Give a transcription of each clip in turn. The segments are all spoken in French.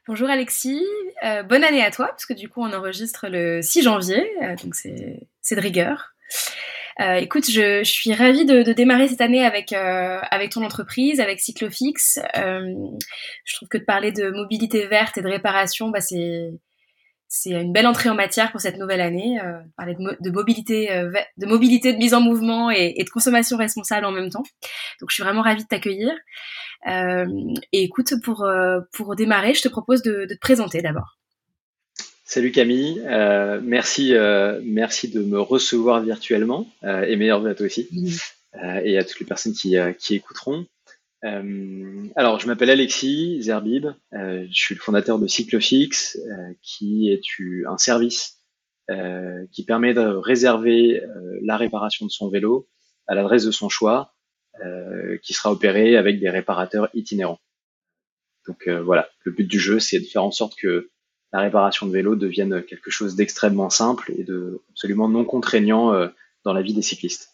Bonjour Alexis, bonne année à toi, parce que du coup on enregistre le 6 janvier, donc c'est de rigueur. Écoute, je suis ravie de démarrer cette année avec ton entreprise, avec Cyclofix. Je trouve que de parler de mobilité verte et de réparation, c'est une belle entrée en matière pour cette nouvelle année. Parler de mobilité, de mobilité, de mise en mouvement et de consommation responsable en même temps. Donc je suis vraiment ravie de t'accueillir. Euh, et écoute, pour démarrer, je te propose de te présenter d'abord. Salut Camille, merci de me recevoir virtuellement et meilleurs vœux à toi aussi et à toutes les personnes qui écouteront. Alors, je m'appelle Alexis Zerbib, je suis le fondateur de Cyclofix, qui est un service qui permet de réserver la réparation de son vélo à l'adresse de son choix, qui sera opéré avec des réparateurs itinérants. Donc voilà, le but du jeu, c'est de faire en sorte que la réparation de vélo devienne quelque chose d'extrêmement simple et de absolument non contraignant dans la vie des cyclistes.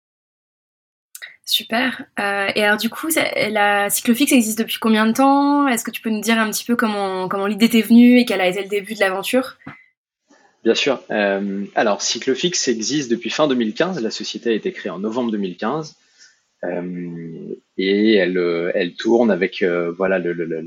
Super. Et alors du coup, la Cyclofix existe depuis combien de temps? Est-ce que tu peux nous dire un petit peu comment l'idée t'est venue et quel a été le début de l'aventure? Bien sûr. Alors, Cyclofix existe depuis fin 2015. La société a été créée en novembre 2015 et elle tourne avec voilà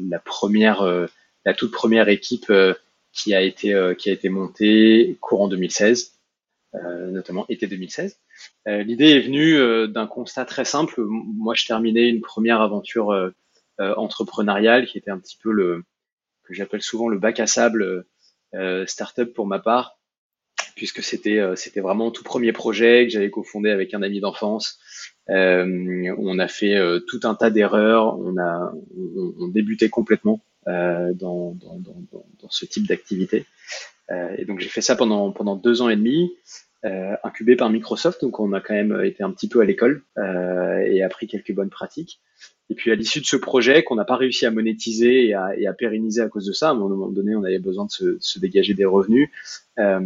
la toute première équipe qui a été montée courant 2016, notamment été 2016. L'idée est venue d'un constat très simple. Moi, je terminais une première aventure entrepreneuriale qui était un petit peu le que j'appelle souvent le bac à sable startup pour ma part, puisque c'était vraiment le tout premier projet que j'avais cofondé avec un ami d'enfance. On a fait tout un tas d'erreurs. On débutait complètement dans ce type d'activité. Et donc j'ai fait ça pendant 2 ans et demi, incubé par Microsoft. Donc on a quand même été un petit peu à l'école et appris quelques bonnes pratiques. Et puis à l'issue de ce projet qu'on n'a pas réussi à monétiser et à pérenniser à cause de ça, à un moment donné, on avait besoin de se dégager des revenus. Euh,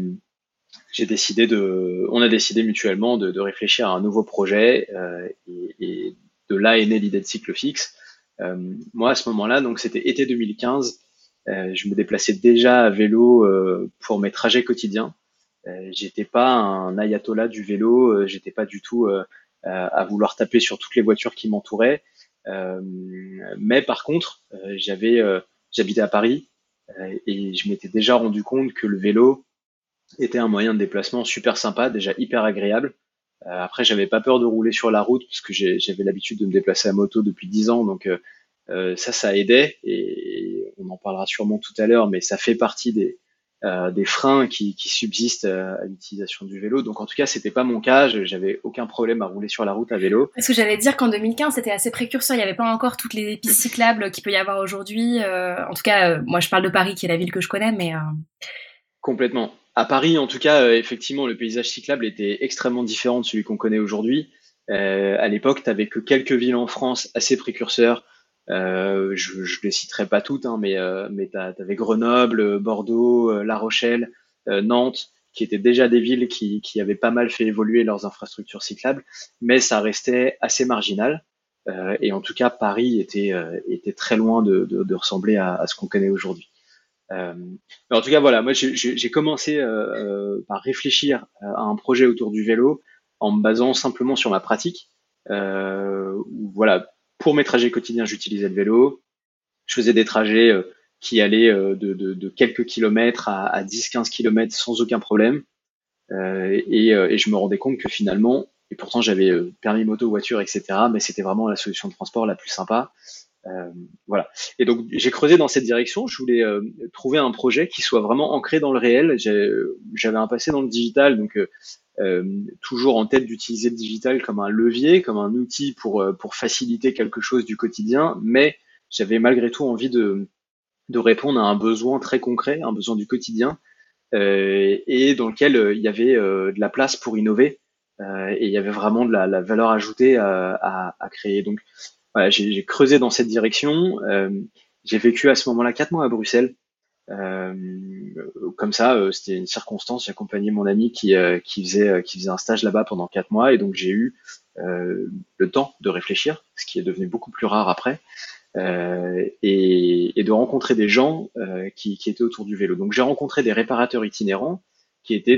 on a décidé mutuellement de réfléchir à un nouveau projet et de là est née l'idée de Cyclofix. Moi, à ce moment-là, donc c'était été 2015, je me déplaçais déjà à vélo pour mes trajets quotidiens. J'étais pas un ayatollah du vélo, j'étais pas du tout à vouloir taper sur toutes les voitures qui m'entouraient. Euh, mais par contre, j'habitais à Paris et je m'étais déjà rendu compte que le vélo était un moyen de déplacement super sympa, déjà hyper agréable. Après, j'avais pas peur de rouler sur la route puisque j'avais l'habitude de me déplacer à moto depuis 10 ans, donc ça aidait et on en parlera sûrement tout à l'heure, mais ça fait partie des freins qui subsistent à l'utilisation du vélo. Donc en tout cas, c'était pas mon cas, j'avais aucun problème à rouler sur la route à vélo. Parce que j'allais dire qu'en 2015, c'était assez précurseur. Il n'y avait pas encore toutes les pistes cyclables qu'il peut y avoir aujourd'hui. En tout cas, moi, je parle de Paris, qui est la ville que je connais, mais Complètement. À Paris, en tout cas, effectivement, le paysage cyclable était extrêmement différent de celui qu'on connaît aujourd'hui. À l'époque, tu n'avais que quelques villes en France assez précurseurs. Je ne les citerai pas toutes, hein, mais tu avais Grenoble, Bordeaux, La Rochelle, Nantes, qui étaient déjà des villes qui avaient pas mal fait évoluer leurs infrastructures cyclables, mais ça restait assez marginal. Et en tout cas, Paris était très loin de ressembler à ce qu'on connaît aujourd'hui. Mais en tout cas, voilà, moi j'ai commencé par réfléchir à un projet autour du vélo en me basant simplement sur ma pratique. Voilà, pour mes trajets quotidiens, j'utilisais le vélo. Je faisais des trajets qui allaient de quelques kilomètres à 10-15 kilomètres sans aucun problème. Et je me rendais compte que finalement, et pourtant j'avais permis moto, voiture, etc., mais c'était vraiment la solution de transport la plus sympa. Euh, voilà. Et donc j'ai creusé dans cette direction. Je voulais trouver un projet qui soit vraiment ancré dans le réel. J'avais un passé dans le digital, donc toujours en tête d'utiliser le digital comme un levier, comme un outil pour faciliter quelque chose du quotidien. Mais j'avais malgré tout envie de répondre à un besoin très concret, un besoin du quotidien, et dans lequel il y avait de la place pour innover. Et il y avait vraiment de la valeur ajoutée à créer. Donc voilà, j'ai creusé dans cette direction. J'ai vécu à ce moment-là 4 mois à Bruxelles. Euh, Comme ça, c'était une circonstance. J'accompagnais mon ami qui faisait un stage là-bas pendant 4 mois, et donc j'ai eu le temps de réfléchir, ce qui est devenu beaucoup plus rare après. et de rencontrer des gens qui étaient autour du vélo. Donc j'ai rencontré des réparateurs itinérants qui étaient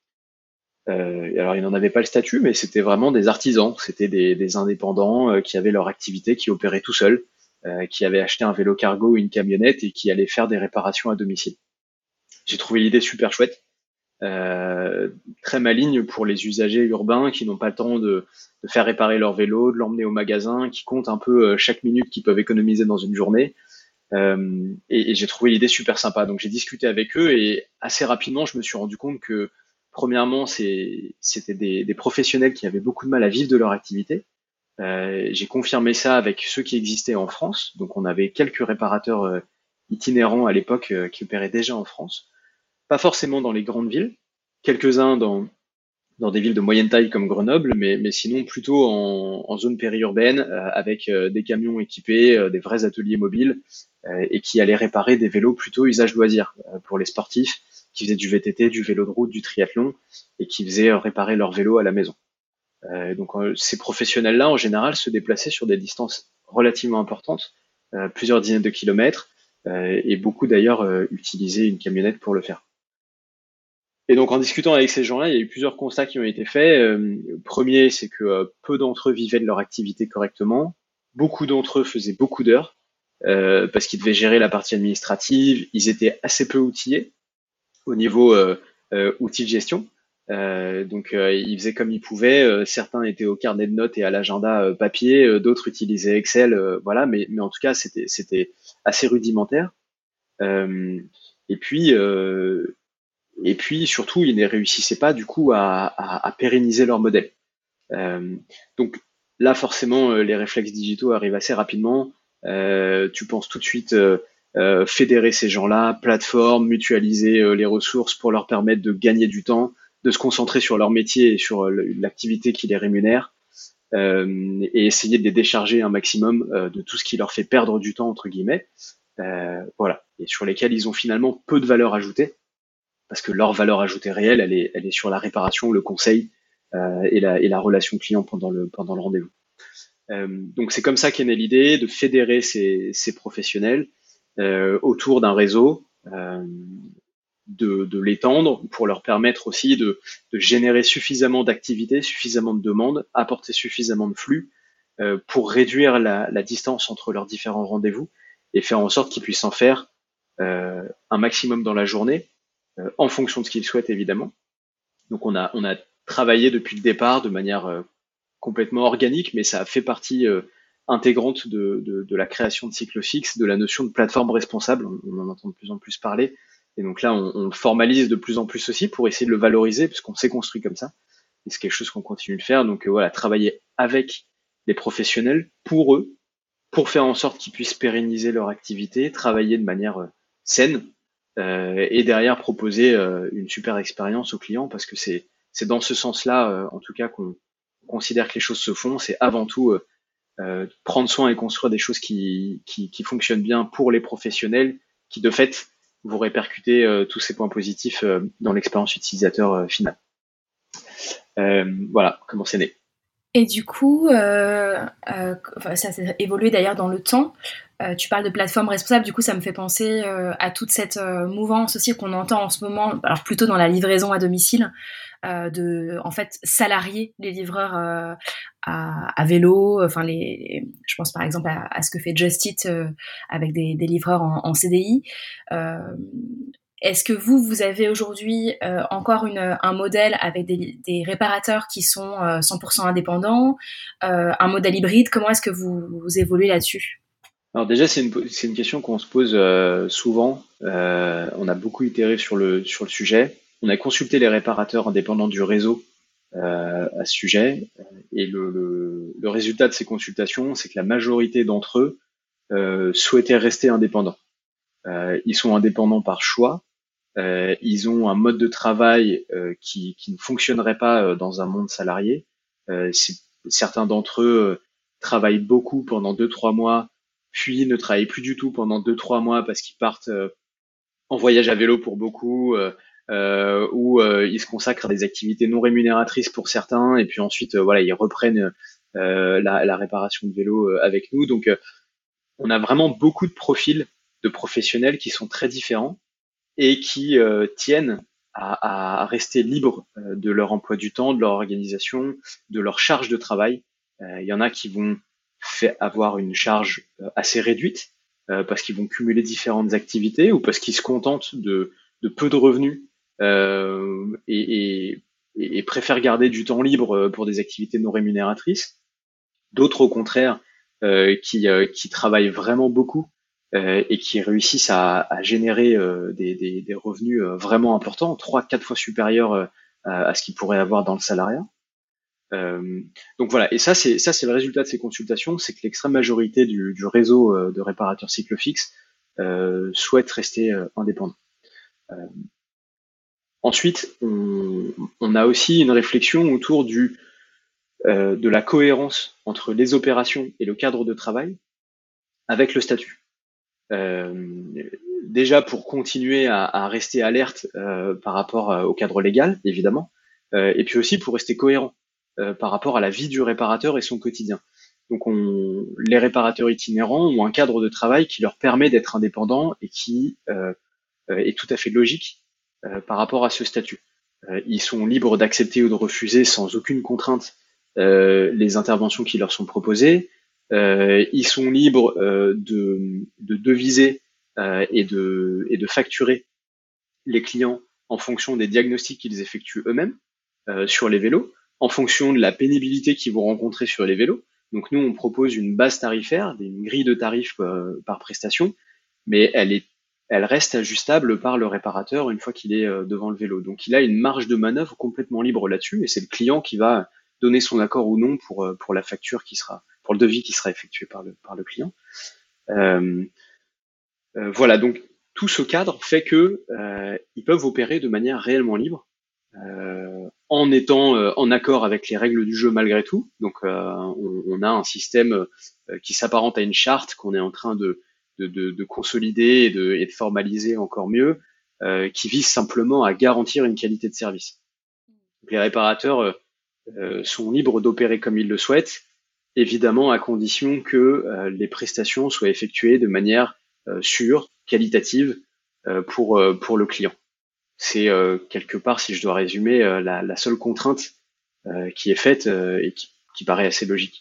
alors ils n'en avaient pas le statut, mais c'était vraiment des artisans, c'était des indépendants qui avaient leur activité, qui opéraient tout seuls, qui avaient acheté un vélo cargo ou une camionnette et qui allaient faire des réparations à domicile. J'ai trouvé l'idée super chouette, euh, très maligne pour les usagers urbains qui n'ont pas le temps de faire réparer leur vélo, de l'emmener au magasin, qui comptent un peu chaque minute qu'ils peuvent économiser dans une journée. Et j'ai trouvé l'idée super sympa. Donc j'ai discuté avec eux et assez rapidement, je me suis rendu compte que premièrement, c'était des professionnels qui avaient beaucoup de mal à vivre de leur activité. J'ai confirmé ça avec ceux qui existaient en France. Donc on avait quelques réparateurs itinérants à l'époque qui opéraient déjà en France. Pas forcément dans les grandes villes, quelques-uns dans des villes de moyenne taille comme Grenoble, mais sinon plutôt en zone périurbaine, avec des camions équipés, des vrais ateliers mobiles, et qui allaient réparer des vélos plutôt usage loisir pour les sportifs qui faisaient du VTT, du vélo de route, du triathlon, et qui faisaient réparer leur vélo à la maison. Donc ces professionnels-là, en général, se déplaçaient sur des distances relativement importantes, plusieurs dizaines de kilomètres, et beaucoup d'ailleurs utilisaient une camionnette pour le faire. Et donc en discutant avec ces gens-là, il y a eu plusieurs constats qui ont été faits. Le premier, c'est que peu d'entre eux vivaient de leur activité correctement. Beaucoup d'entre eux faisaient beaucoup d'heures parce qu'ils devaient gérer la partie administrative. Ils étaient assez peu outillés au niveau outils de gestion. Donc ils faisaient comme ils pouvaient. Certains étaient au carnet de notes et à l'agenda papier, d'autres utilisaient Excel. Voilà, mais en tout cas c'était assez rudimentaire. Euh, et puis et puis surtout, ils ne réussissaient pas du coup à pérenniser leur modèle. Donc là, forcément, les réflexes digitaux arrivent assez rapidement. Tu penses tout de suite fédérer ces gens-là, plateforme, mutualiser les ressources pour leur permettre de gagner du temps, de se concentrer sur leur métier et sur l'activité qui les rémunère, et essayer de les décharger un maximum de tout ce qui leur fait perdre du temps, entre guillemets. Voilà, et sur lesquels ils ont finalement peu de valeur ajoutée parce que leur valeur ajoutée réelle, elle est sur la réparation, le conseil et la relation client pendant le rendez-vous. Donc c'est comme ça qu'est née l'idée de fédérer ces professionnels autour d'un réseau, de l'étendre pour leur permettre aussi de générer suffisamment d'activités, suffisamment de demandes, apporter suffisamment de flux pour réduire la distance entre leurs différents rendez-vous et faire en sorte qu'ils puissent en faire un maximum dans la journée en fonction de ce qu'ils souhaitent évidemment. Donc on a travaillé depuis le départ de manière complètement organique, mais ça a fait partie intégrante de la création de Cyclofix, de la notion de plateforme responsable, on en entend de plus en plus parler. Et donc là, on le formalise de plus en plus aussi pour essayer de le valoriser, puisqu'on s'est construit comme ça. Et c'est quelque chose qu'on continue de faire. Donc voilà, travailler avec les professionnels, pour eux, pour faire en sorte qu'ils puissent pérenniser leur activité, travailler de manière saine, et derrière proposer une super expérience aux clients parce que c'est dans ce sens-là, en tout cas, qu'on considère que les choses se font. C'est avant tout prendre soin et construire des choses qui fonctionnent bien pour les professionnels, qui de fait vont répercuter tous ces points positifs dans l'expérience utilisateur finale. Voilà comment c'est né. Et du coup, enfin, ça s'est évolué d'ailleurs dans le temps. Tu parles de plateforme responsable, du coup ça me fait penser à toute cette mouvance aussi qu'on entend en ce moment, alors plutôt dans la livraison à domicile, de en fait salarier les livreurs à vélo. Enfin je pense par exemple à ce que fait Just Eat avec des livreurs en CDI. Euh, Est-ce que vous avez aujourd'hui encore un modèle avec des réparateurs qui sont 100% indépendants, un modèle hybride? Comment est-ce que vous évoluez là-dessus? Alors déjà, c'est une question qu'on se pose souvent. On a beaucoup itéré sur le sujet. On a consulté les réparateurs indépendants du réseau à ce sujet. Et le résultat de ces consultations, c'est que la majorité d'entre eux souhaitaient rester indépendants. Ils sont indépendants par choix. Ils ont un mode de travail qui ne fonctionnerait pas dans un monde salarié. Certains d'entre eux travaillent beaucoup pendant 2-3 mois, puis ne travaillent plus du tout pendant 2-3 mois parce qu'ils partent en voyage à vélo pour beaucoup, ou ils se consacrent à des activités non rémunératrices pour certains, et puis ensuite voilà, ils reprennent la réparation de vélo avec nous. Donc on a vraiment beaucoup de profils de professionnels qui sont très différents et qui tiennent à rester libres de leur emploi du temps, de leur organisation, de leur charge de travail. Il y en a qui vont avoir une charge assez réduite parce qu'ils vont cumuler différentes activités ou parce qu'ils se contentent de peu de revenus et préfèrent garder du temps libre pour des activités non rémunératrices. D'autres, au contraire, qui travaillent vraiment beaucoup et qui réussissent à générer des revenus vraiment importants, 3-4 fois supérieurs à ce qu'ils pourraient avoir dans le salariat. Donc voilà, et ça c'est le résultat de ces consultations, c'est que l'extrême majorité du réseau de réparateurs cycle fixe souhaite rester indépendant. Euh, Ensuite, on a aussi une réflexion autour de la cohérence entre les opérations et le cadre de travail avec le statut. Déjà pour continuer à rester alerte par rapport au cadre légal, évidemment, et puis aussi pour rester cohérent par rapport à la vie du réparateur et son quotidien. Donc les réparateurs itinérants ont un cadre de travail qui leur permet d'être indépendants et qui est tout à fait logique par rapport à ce statut. Ils sont libres d'accepter ou de refuser sans aucune contrainte les interventions qui leur sont proposées. Ils sont libres de deviser et de facturer les clients en fonction des diagnostics qu'ils effectuent eux-mêmes sur les vélos, en fonction de la pénibilité qu'ils vont rencontrer sur les vélos. Donc nous, on propose une base tarifaire, une grille de tarifs par prestation, mais elle reste ajustable par le réparateur une fois qu'il est devant le vélo. Donc il a une marge de manœuvre complètement libre là-dessus, et c'est le client qui va donner son accord ou non pour la facture qui sera, pour le devis qui sera effectué par le client. Euh, voilà, donc tout ce cadre fait que ils peuvent opérer de manière réellement libre, en étant en accord avec les règles du jeu malgré tout. Donc on a un système qui s'apparente à une charte qu'on est en train de consolider et de formaliser encore mieux, qui vise simplement à garantir une qualité de service. Donc, les réparateurs sont libres d'opérer comme ils le souhaitent, évidemment à condition que les prestations soient effectuées de manière sûre, qualitative pour le client. C'est quelque part, si je dois résumer, la seule contrainte qui est faite et qui paraît assez logique.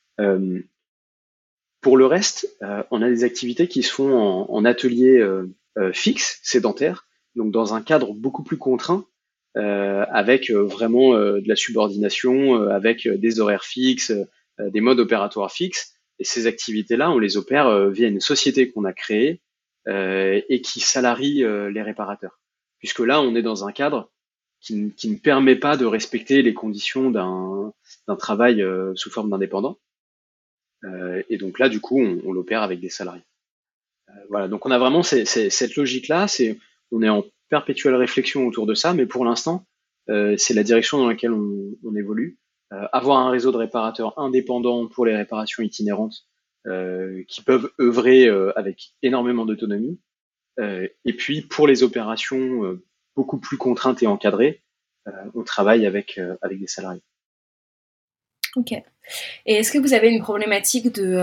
Pour le reste, on a des activités qui se font en atelier fixe, sédentaire, donc dans un cadre beaucoup plus contraint, avec vraiment de la subordination, avec des horaires fixes, des modes opératoires fixes. Et ces activités-là, on les opère via une société qu'on a créée et qui salarie les réparateurs. Puisque là, on est dans un cadre qui ne permet pas de respecter les conditions d'un travail sous forme d'indépendant. Et donc là, du coup, on l'opère avec des salariés. Voilà, donc on a vraiment cette logique-là. On est en perpétuelle réflexion autour de ça, mais pour l'instant, c'est la direction dans laquelle on évolue. Avoir un réseau de réparateurs indépendants pour les réparations itinérantes qui peuvent œuvrer avec énormément d'autonomie. Et puis pour les opérations beaucoup plus contraintes et encadrées, on travaille avec des salariés. Ok. Et est-ce que vous avez une problématique de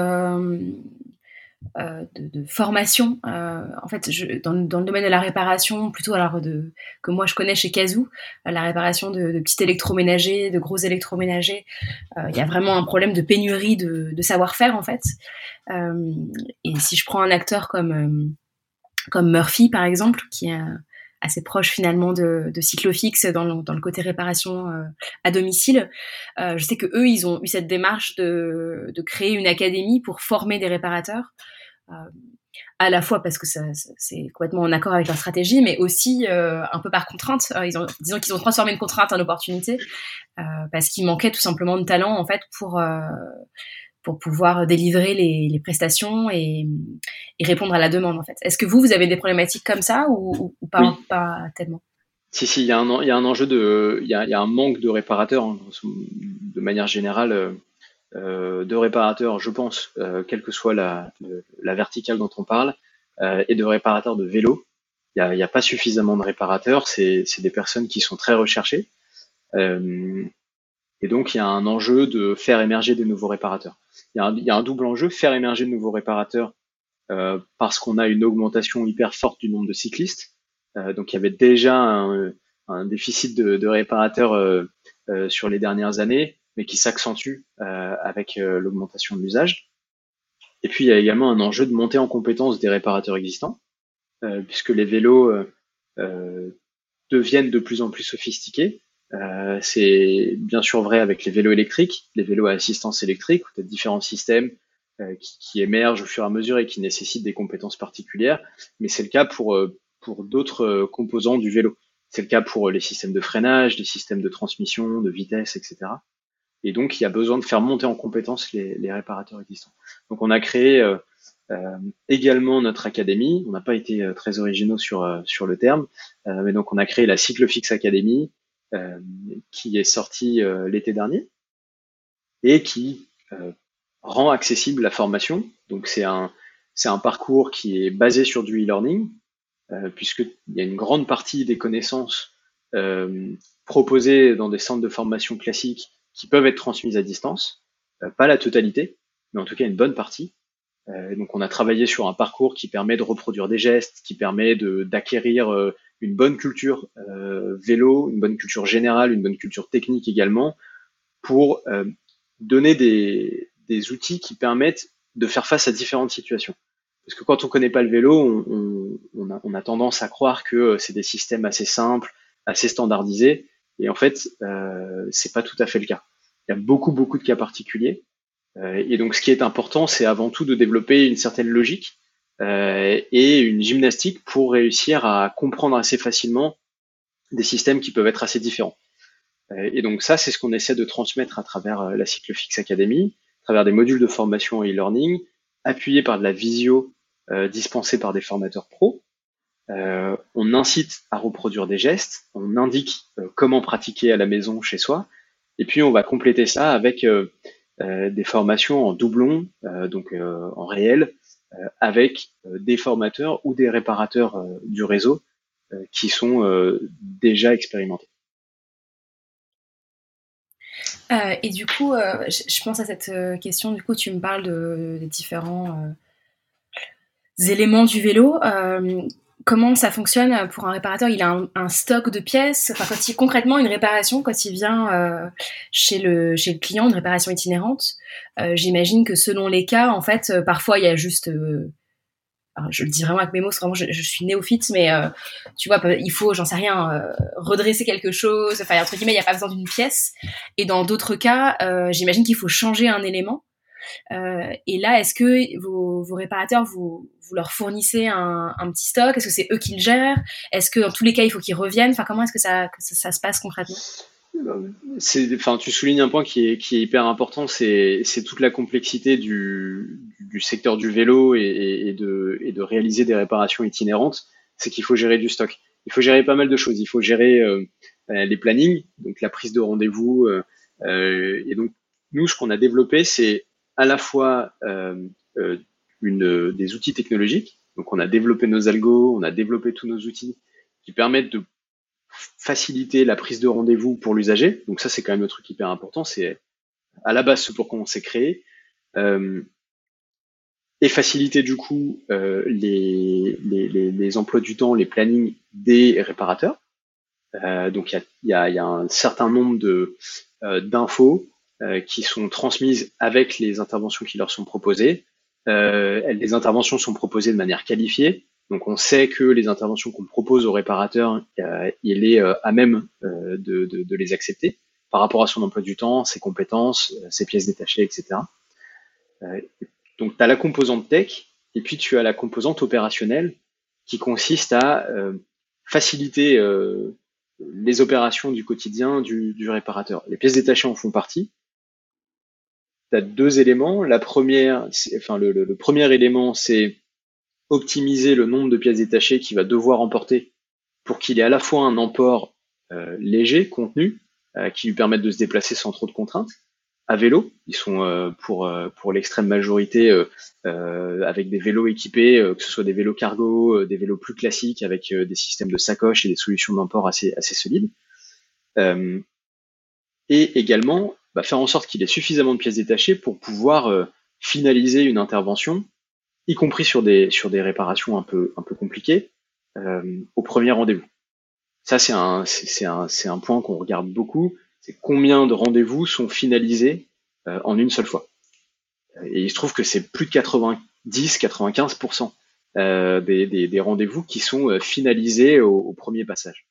formation en fait, dans le domaine de la réparation, plutôt alors que moi je connais chez Kazoo, la réparation de petits électroménagers, de gros électroménagers, il y a vraiment un problème de pénurie de savoir-faire en fait. Et si je prends un acteur comme Murphy par exemple, qui est assez proche finalement de Cyclofix dans le côté réparation à domicile. Je sais que eux, ils ont eu cette démarche de créer une académie pour former des réparateurs, à la fois parce que c'est complètement en accord avec leur stratégie, mais aussi un peu par contrainte. Disons qu'ils ont transformé une contrainte en opportunité parce qu'il manquait tout simplement de talent en fait pour pouvoir délivrer les prestations et répondre à la demande en fait. Est-ce que vous avez des problématiques comme ça ou pas, Oui. pas tellement? Si, il y a un enjeu il y a un manque de réparateurs, hein, de manière générale, de réparateurs, je pense, quelle que soit la verticale dont on parle, et de réparateurs de vélos. Il y a pas suffisamment de réparateurs, c'est des personnes qui sont très recherchées. Et donc, il y a un enjeu de faire émerger des nouveaux réparateurs. Il y a un double enjeu, faire émerger de nouveaux réparateurs parce qu'on a une augmentation hyper forte du nombre de cyclistes. Donc, il y avait déjà un déficit de réparateurs sur les dernières années, mais qui s'accentue avec l'augmentation de l'usage. Et puis, il y a également un enjeu de montée en compétence des réparateurs existants, puisque les vélos euh, deviennent de plus en plus sophistiqués. C'est bien sûr vrai avec les vélos électriques, les vélos à assistance électrique, où tu as différents systèmes qui émergent au fur et à mesure et qui nécessitent des compétences particulières, mais c'est le cas pour d'autres composants du vélo. C'est le cas pour les systèmes de freinage, les systèmes de transmission, de vitesse, etc. Et donc, il y a besoin de faire monter en compétence les réparateurs existants. Donc, on a créé également notre académie. On n'a pas été très originaux sur le terme, mais donc on a créé la Cyclofix Academy, qui est sortie l'été dernier et qui rend accessible la formation. Donc c'est un parcours qui est basé sur du e-learning, puisqu'il y a une grande partie des connaissances proposées dans des centres de formation classiques qui peuvent être transmises à distance, pas la totalité, mais en tout cas une bonne partie. Donc on a travaillé sur un parcours qui permet de reproduire des gestes, qui permet d'acquérir une bonne culture vélo, une bonne culture générale, une bonne culture technique également, pour donner des outils qui permettent de faire face à différentes situations. Parce que quand on connaît pas le vélo, on a tendance à croire que c'est des systèmes assez simples, assez standardisés, et en fait, c'est pas tout à fait le cas. Il y a beaucoup de cas particuliers. Et donc, ce qui est important, c'est avant tout de développer une certaine logique et une gymnastique pour réussir à comprendre assez facilement des systèmes qui peuvent être assez différents. Et donc, ça, c'est ce qu'on essaie de transmettre à travers la Cyclofix Academy, à travers des modules de formation et e-learning, appuyés par de la visio dispensée par des formateurs pros. On incite à reproduire des gestes, on indique comment pratiquer à la maison chez soi, et puis on va compléter ça avec des formations en doublon, donc en réel, avec des formateurs ou des réparateurs du réseau qui sont déjà expérimentés. Et du coup, je pense à cette question. Du coup, tu me parles des différents éléments du vélo. Comment ça fonctionne pour un réparateur? Il a un stock de pièces. Enfin, concrètement une réparation, quand il vient chez le client, une réparation itinérante, j'imagine que selon les cas, en fait, parfois il y a juste alors, je le dis vraiment avec mes mots, c'est vraiment, je suis néophyte, mais tu vois, il faut, j'en sais rien, redresser quelque chose, enfin, entre guillemets, il n'y a pas besoin d'une pièce. Et dans d'autres cas, j'imagine qu'il faut changer un élément. Et là, est-ce que vos réparateurs, vous leur fournissez un petit stock? Est-ce que c'est eux qui le gèrent? Est-ce que dans tous les cas, il faut qu'ils reviennent? Enfin, comment est-ce que ça se passe concrètement? Enfin, tu soulignes un point qui est hyper important, c'est toute la complexité du secteur du vélo et de réaliser des réparations itinérantes. C'est qu'il faut gérer du stock. Il faut gérer pas mal de choses. Il faut gérer les plannings, donc la prise de rendez-vous. Et donc, nous, ce qu'on a développé, c'est à la fois des outils technologiques. Donc, on a développé nos algos, on a développé tous nos outils qui permettent de faciliter la prise de rendez-vous pour l'usager. Donc ça, c'est quand même le truc hyper important. C'est à la base ce pour quoi on s'est créé. Et faciliter du coup les emplois du temps, les plannings des réparateurs. Donc il y a un certain nombre d'infos qui sont transmises avec les interventions qui leur sont proposées. Les interventions sont proposées de manière qualifiée. Donc on sait que les interventions qu'on propose au réparateur, il est à même de les accepter par rapport à son emploi du temps, ses compétences, ses pièces détachées, etc. Donc tu as la composante tech et puis tu as la composante opérationnelle qui consiste à faciliter les opérations du quotidien du réparateur. Les pièces détachées en font partie. Tu as deux éléments. La première, enfin le premier élément, c'est optimiser le nombre de pièces détachées qu'il va devoir emporter pour qu'il ait à la fois un emport léger, contenu, qui lui permette de se déplacer sans trop de contraintes. À vélo, ils sont pour l'extrême majorité avec des vélos équipés, que ce soit des vélos cargo, des vélos plus classiques avec des systèmes de sacoche et des solutions d'emport assez solides. et également faire en sorte qu'il ait suffisamment de pièces détachées pour pouvoir finaliser une intervention, y compris sur des réparations un peu compliquées, au premier rendez-vous. Ça, c'est un point qu'on regarde beaucoup, c'est combien de rendez-vous sont finalisés en une seule fois. Et il se trouve que c'est plus de 90-95% des rendez-vous qui sont finalisés au premier passage.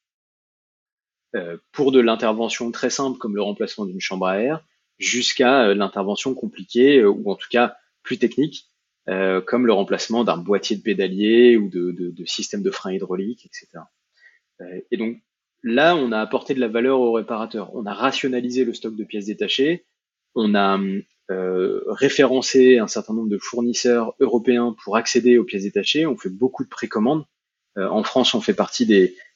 Pour de l'intervention très simple comme le remplacement d'une chambre à air, jusqu'à l'intervention compliquée ou en tout cas plus technique, comme le remplacement d'un boîtier de pédalier ou de système de frein hydraulique, etc. Et donc là, on a apporté de la valeur au réparateur. On a rationalisé le stock de pièces détachées, on a référencé un certain nombre de fournisseurs européens pour accéder aux pièces détachées. On fait beaucoup de précommandes. En France, on fait partie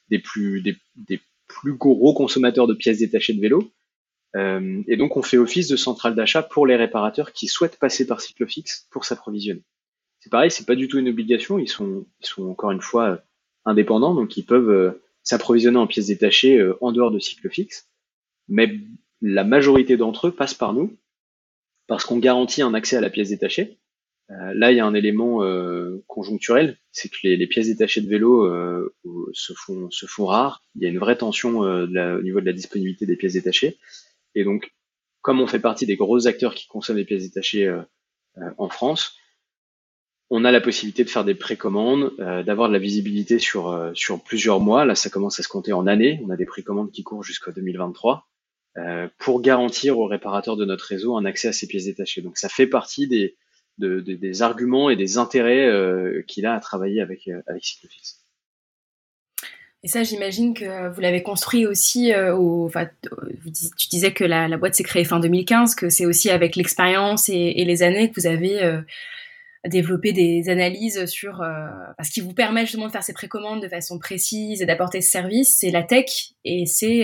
des plus gros consommateurs de pièces détachées de vélo. Et donc, on fait office de centrale d'achat pour les réparateurs qui souhaitent passer par Cyclofix pour s'approvisionner. C'est pareil, c'est pas du tout une obligation. Ils sont encore une fois indépendants, donc ils peuvent s'approvisionner en pièces détachées en dehors de Cyclofix. Mais la majorité d'entre eux passent par nous parce qu'on garantit un accès à la pièce détachée. Là, il y a un élément conjoncturel, c'est que les pièces détachées de vélo se font rares. Il y a une vraie tension au niveau de la disponibilité des pièces détachées. Et donc, comme on fait partie des gros acteurs qui consomment les pièces détachées en France, on a la possibilité de faire des précommandes, d'avoir de la visibilité sur plusieurs mois. Là, ça commence à se compter en années. On a des précommandes qui courent jusqu'en 2023 pour garantir aux réparateurs de notre réseau un accès à ces pièces détachées. Donc, ça fait partie des arguments et des intérêts qu'il a à travailler avec Cyclofix. Et ça, j'imagine que vous l'avez construit aussi tu disais que la boîte s'est créée fin 2015, que c'est aussi avec l'expérience et les années que vous avez développé des analyses sur ce qui vous permet justement de faire ces précommandes de façon précise et d'apporter ce service, c'est la tech et c'est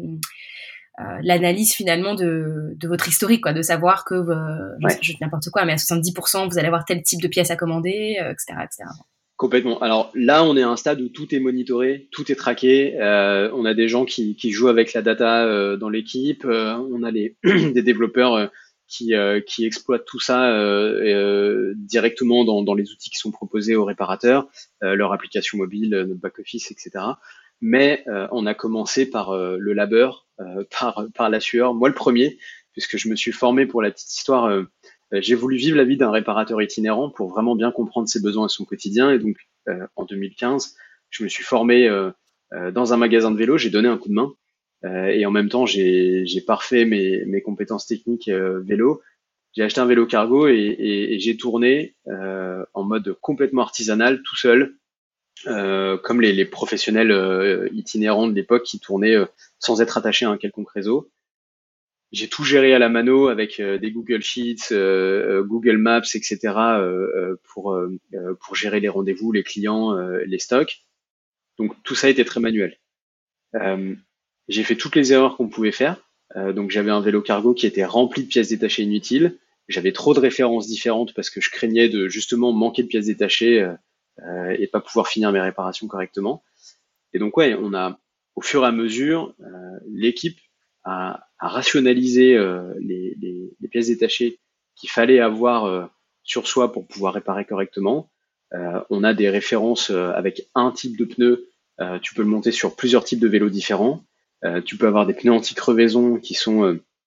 l'analyse finalement de votre historique, quoi, de savoir que, je n'importe quoi, mais à 70%, vous allez avoir tel type de pièce à commander, etc., etc. Complètement. Alors là, on est à un stade où tout est monitoré, tout est traqué. On a des gens qui jouent avec la data dans l'équipe. On a des développeurs qui exploitent tout ça directement dans les outils qui sont proposés aux réparateurs, leur application mobile, notre back-office, etc. Mais on a commencé par le labeur, par la sueur. Moi, le premier, puisque je me suis formé pour la petite histoire. J'ai voulu vivre la vie d'un réparateur itinérant pour vraiment bien comprendre ses besoins et son quotidien. Et donc, en 2015, je me suis formé dans un magasin de vélo, j'ai donné un coup de main. Et en même temps, j'ai parfait mes compétences techniques vélo. J'ai acheté un vélo cargo et j'ai tourné en mode complètement artisanal, tout seul, comme les professionnels itinérants de l'époque qui tournaient sans être attachés à un quelconque réseau. J'ai tout géré à la mano avec des Google Sheets, Google Maps, etc. Pour gérer les rendez-vous, les clients, les stocks. Donc tout ça était très manuel. Euh, j'ai fait toutes les erreurs qu'on pouvait faire. Donc j'avais un vélo cargo qui était rempli de pièces détachées inutiles. J'avais trop de références différentes parce que je craignais de justement manquer de pièces détachées et pas pouvoir finir mes réparations correctement. Et donc ouais, on a au fur et à mesure l'équipe à rationaliser les pièces détachées qu'il fallait avoir sur soi pour pouvoir réparer correctement. On a des références avec un type de pneu. Tu peux le monter sur plusieurs types de vélos différents. Tu peux avoir des pneus anti-crevaison qui sont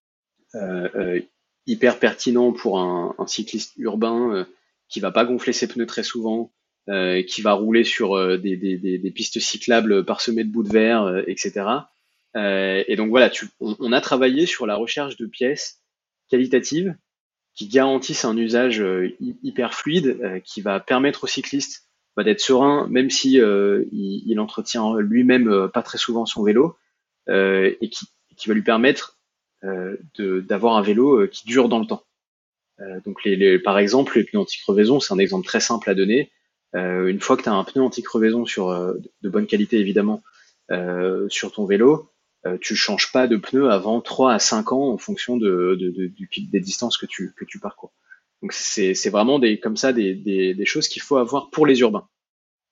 hyper pertinents pour un cycliste urbain qui va pas gonfler ses pneus très souvent, qui va rouler sur des pistes cyclables parsemées de bouts de verre, etc. Et donc voilà, on a travaillé sur la recherche de pièces qualitatives qui garantissent un usage hyper fluide, qui va permettre au cycliste d'être serein, même si il entretient lui-même pas très souvent son vélo, et qui va lui permettre d'avoir un vélo qui dure dans le temps. Donc par exemple, les pneus anti-crevaison, c'est un exemple très simple à donner. Une fois que tu as un pneu anti-crevaison de bonne qualité évidemment sur ton vélo, tu changes pas de pneu avant 3 à 5 ans en fonction des distances que tu parcours. Donc c'est vraiment comme ça des choses qu'il faut avoir pour les urbains.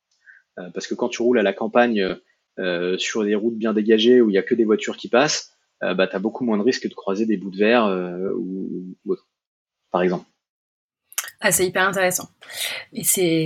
Parce que quand tu roules à la campagne sur des routes bien dégagées où il y a que des voitures qui passent, bah, tu as beaucoup moins de risques de croiser des bouts de verre ou autre, par exemple. Ah, c'est hyper intéressant. Et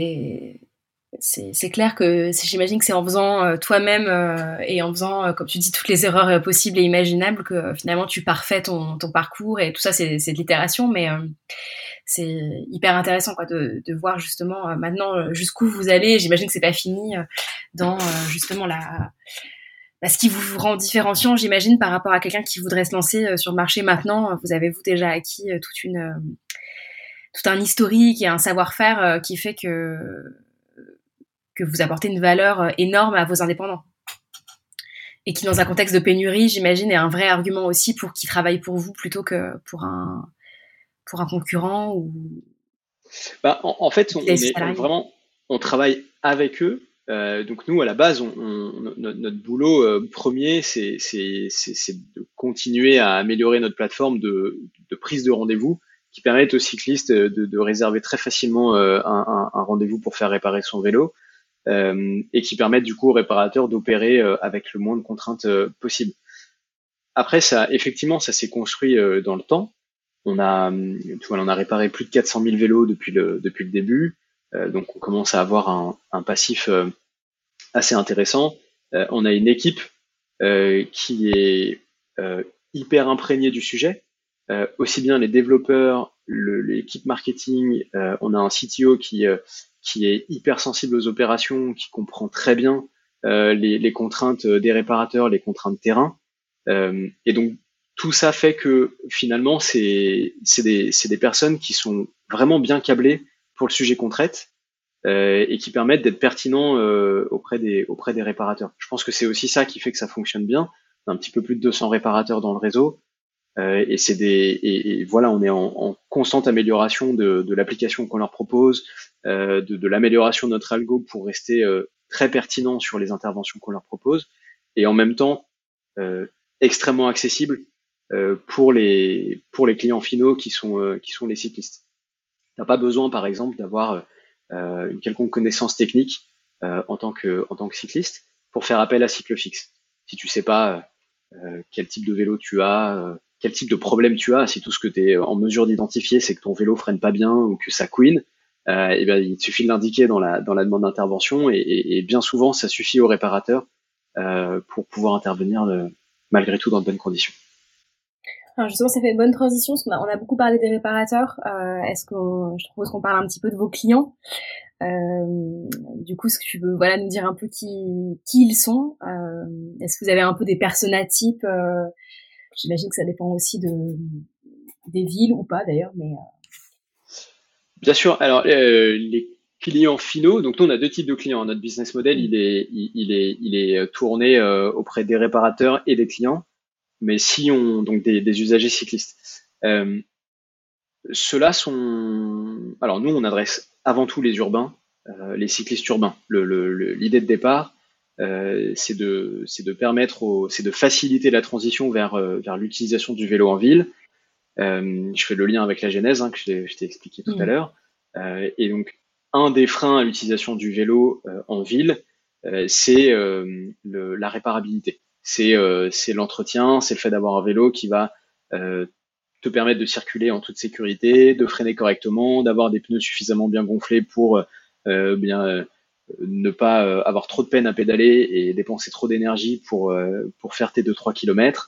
c'est clair que j'imagine que c'est en faisant toi-même et en faisant, comme tu dis, toutes les erreurs possibles et imaginables que finalement tu parfais ton parcours, et tout ça, c'est de l'itération, mais c'est hyper intéressant quoi, de voir justement maintenant jusqu'où vous allez. J'imagine que c'est pas fini dans justement ce qui vous rend différenciant, j'imagine, par rapport à quelqu'un qui voudrait se lancer sur le marché maintenant. Vous avez, vous, déjà acquis tout un historique et un savoir-faire qui fait que vous apportez une valeur énorme à vos indépendants. Et qui, dans un contexte de pénurie, j'imagine, est un vrai argument aussi pour qu'ils travaillent pour vous plutôt que pour un concurrent ou Bah, en fait, des salariés. on travaille avec eux. Donc nous, à la base, notre boulot premier, c'est de continuer à améliorer notre plateforme de prise de rendez-vous qui permettent aux cyclistes de réserver très facilement un rendez-vous pour faire réparer son vélo et qui permettent du coup aux réparateurs d'opérer avec le moins de contraintes possible. Après, ça, effectivement, ça s'est construit dans le temps. On a réparé plus de 400 000 vélos depuis le début. Donc, on commence à avoir un passif assez intéressant. On a une équipe qui est hyper imprégnée du sujet. Aussi bien les développeurs, l'équipe marketing. On a un CTO qui est hyper sensible aux opérations, qui comprend très bien les contraintes des réparateurs, les contraintes terrain. Et donc, tout ça fait que finalement, c'est des personnes qui sont vraiment bien câblées pour le sujet qu'on traite et qui permettent d'être pertinents auprès des réparateurs. Je pense que c'est aussi ça qui fait que ça fonctionne bien. On a un petit peu plus de 200 réparateurs dans le réseau et voilà, on est en constante amélioration de l'application qu'on leur propose, de l'amélioration de notre algo pour rester très pertinent sur les interventions qu'on leur propose et en même temps extrêmement accessible pour les clients finaux qui sont les cyclistes. Tu n'as pas besoin, par exemple, d'avoir une quelconque connaissance technique en tant que cycliste pour faire appel à Cyclofix. Si tu sais pas quel type de vélo tu as, quel type de problème tu as, si tout ce que tu es en mesure d'identifier, c'est que ton vélo freine pas bien ou que ça couine, et bien, il te suffit de l'indiquer dans la demande d'intervention et bien souvent, ça suffit au réparateur pour pouvoir intervenir malgré tout dans de bonnes conditions. Alors justement, ça fait une bonne transition, parce on a beaucoup parlé des réparateurs. Je propose qu'on parle un petit peu de vos clients. Du coup, est-ce que tu veux nous dire un peu qui ils sont? Est-ce que vous avez un peu des personas types? J'imagine que ça dépend aussi des villes ou pas d'ailleurs, mais Bien sûr. Alors, les clients finaux, donc nous, on a deux types de clients. Notre business model, il est tourné auprès des réparateurs et des clients, mais si on, donc des usagers cyclistes. Ceux-là sont, alors nous, on adresse avant tout les urbains, les cyclistes urbains. L'idée de départ, c'est de permettre c'est de faciliter la transition vers l'utilisation du vélo en ville. Je fais le lien avec la genèse que je t'ai expliqué tout à l'heure. Et donc, un des freins à l'utilisation du vélo en ville, c'est la réparabilité. C'est l'entretien, c'est le fait d'avoir un vélo qui va te permettre de circuler en toute sécurité, de freiner correctement, d'avoir des pneus suffisamment bien gonflés pour ne pas avoir trop de peine à pédaler et dépenser trop d'énergie pour faire tes 2-3 km.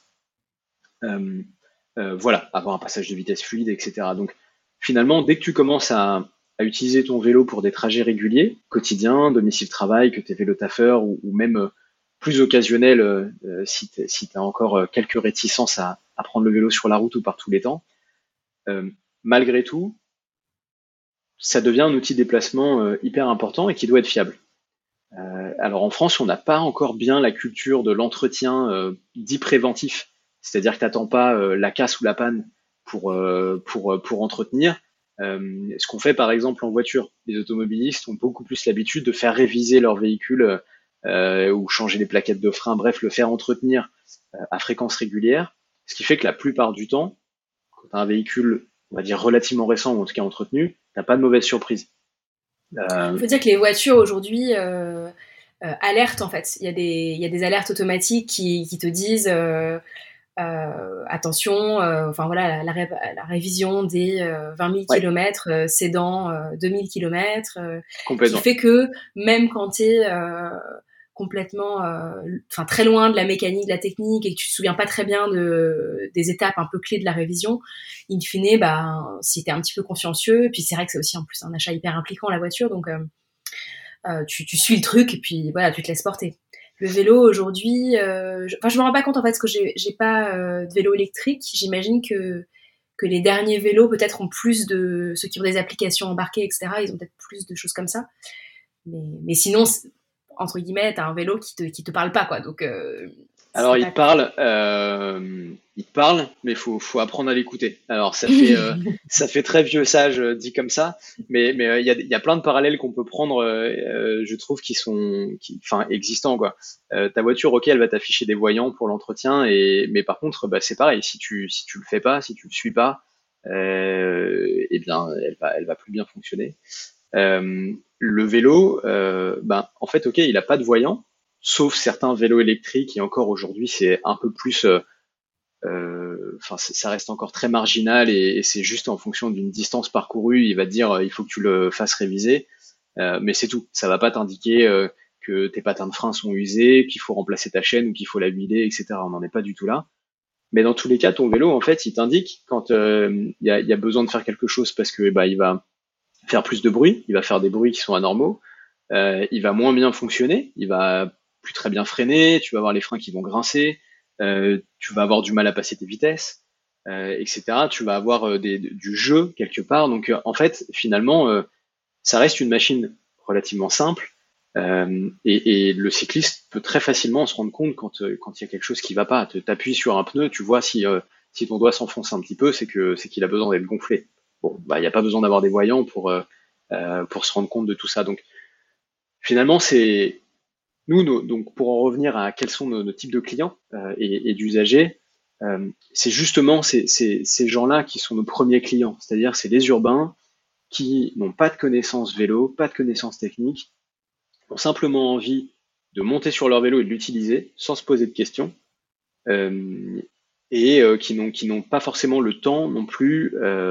Voilà, avoir un passage de vitesse fluide, etc. Donc finalement, dès que tu commences à utiliser ton vélo pour des trajets réguliers, quotidiens, domicile-travail, que tu es vélo-taffeur ou même plus occasionnel si tu as encore quelques réticences à prendre le vélo sur la route ou par tous les temps, malgré tout, ça devient un outil de déplacement hyper important et qui doit être fiable. Alors en France, on n'a pas encore bien la culture de l'entretien dit préventif, c'est-à-dire que tu n'attends pas la casse ou la panne pour entretenir. Ce qu'on fait par exemple en voiture, les automobilistes ont beaucoup plus l'habitude de faire réviser leur véhicule ou changer les plaquettes de frein, bref, le faire entretenir à fréquence régulière, ce qui fait que la plupart du temps, quand tu as un véhicule, on va dire relativement récent ou en tout cas entretenu, tu n'as pas de mauvaise surprise. il faut dire que les voitures aujourd'hui alertent en fait. Il y a des alertes automatiques qui te disent attention, enfin voilà, la révision des 20 000 Ouais, kilomètres, c'est dans 2000 kilomètres, qui complètement. fait que même quand tu es complètement, enfin très loin de la mécanique, de la technique, et que tu te souviens pas très bien des étapes un peu clés de la révision, in fine, bah, si t'es un petit peu consciencieux, et puis c'est vrai que c'est aussi en plus un achat hyper impliquant la voiture, donc tu suis le truc et puis voilà, tu te laisses porter. Le vélo aujourd'hui, je me rends pas compte en fait parce que j'ai pas de vélo électrique. J'imagine que les derniers vélos peut-être ont plus de ceux qui ont des applications embarquées, etc. Ils ont peut-être plus de choses comme ça. Mais sinon, entre guillemets, t'as un vélo qui te parle pas quoi. Donc Alors c'est pas. il te parle, mais faut apprendre à l'écouter. Alors ça fait très vieux sage dit comme ça, mais il y a plein de parallèles qu'on peut prendre, je trouve, enfin existants quoi. Ta voiture, ok, elle va t'afficher des voyants pour l'entretien, mais par contre, bah, c'est pareil. Si tu le fais pas, si tu le suis pas, eh bien, elle va plus bien fonctionner. Le vélo, ben, en fait, ok, il a pas de voyant, sauf certains vélos électriques, et encore aujourd'hui, c'est un peu plus, enfin, ça reste encore très marginal, et c'est juste en fonction d'une distance parcourue, il va te dire, il faut que tu le fasses réviser, mais c'est tout. Ça va pas t'indiquer que tes patins de frein sont usés, qu'il faut remplacer ta chaîne ou qu'il faut la huiler, etc. On n'en est pas du tout là. Mais dans tous les cas, ton vélo, en fait, il t'indique quand il y a besoin de faire quelque chose parce que bah, il va faire plus de bruit, il va faire des bruits qui sont anormaux, il va moins bien fonctionner, il va plus très bien freiner, tu vas avoir les freins qui vont grincer, tu vas avoir du mal à passer tes vitesses, etc. Tu vas avoir du jeu quelque part. Donc en fait, finalement, ça reste une machine relativement simple. Et le cycliste peut très facilement se rendre compte quand il y a quelque chose qui va pas. T'appuies sur un pneu, tu vois si ton doigt s'enfonce un petit peu, c'est qu'il a besoin d'être gonflé. Bon, bah il n'y a pas besoin d'avoir des voyants pour se rendre compte de tout ça. Donc finalement, c'est donc pour en revenir à quels sont nos types de clients et d'usagers, c'est justement ces gens-là qui sont nos premiers clients. C'est-à-dire c'est les urbains qui n'ont pas de connaissances vélo, pas de connaissances techniques, ont simplement envie de monter sur leur vélo et de l'utiliser sans se poser de questions, euh, et qui n'ont pas forcément le temps non plus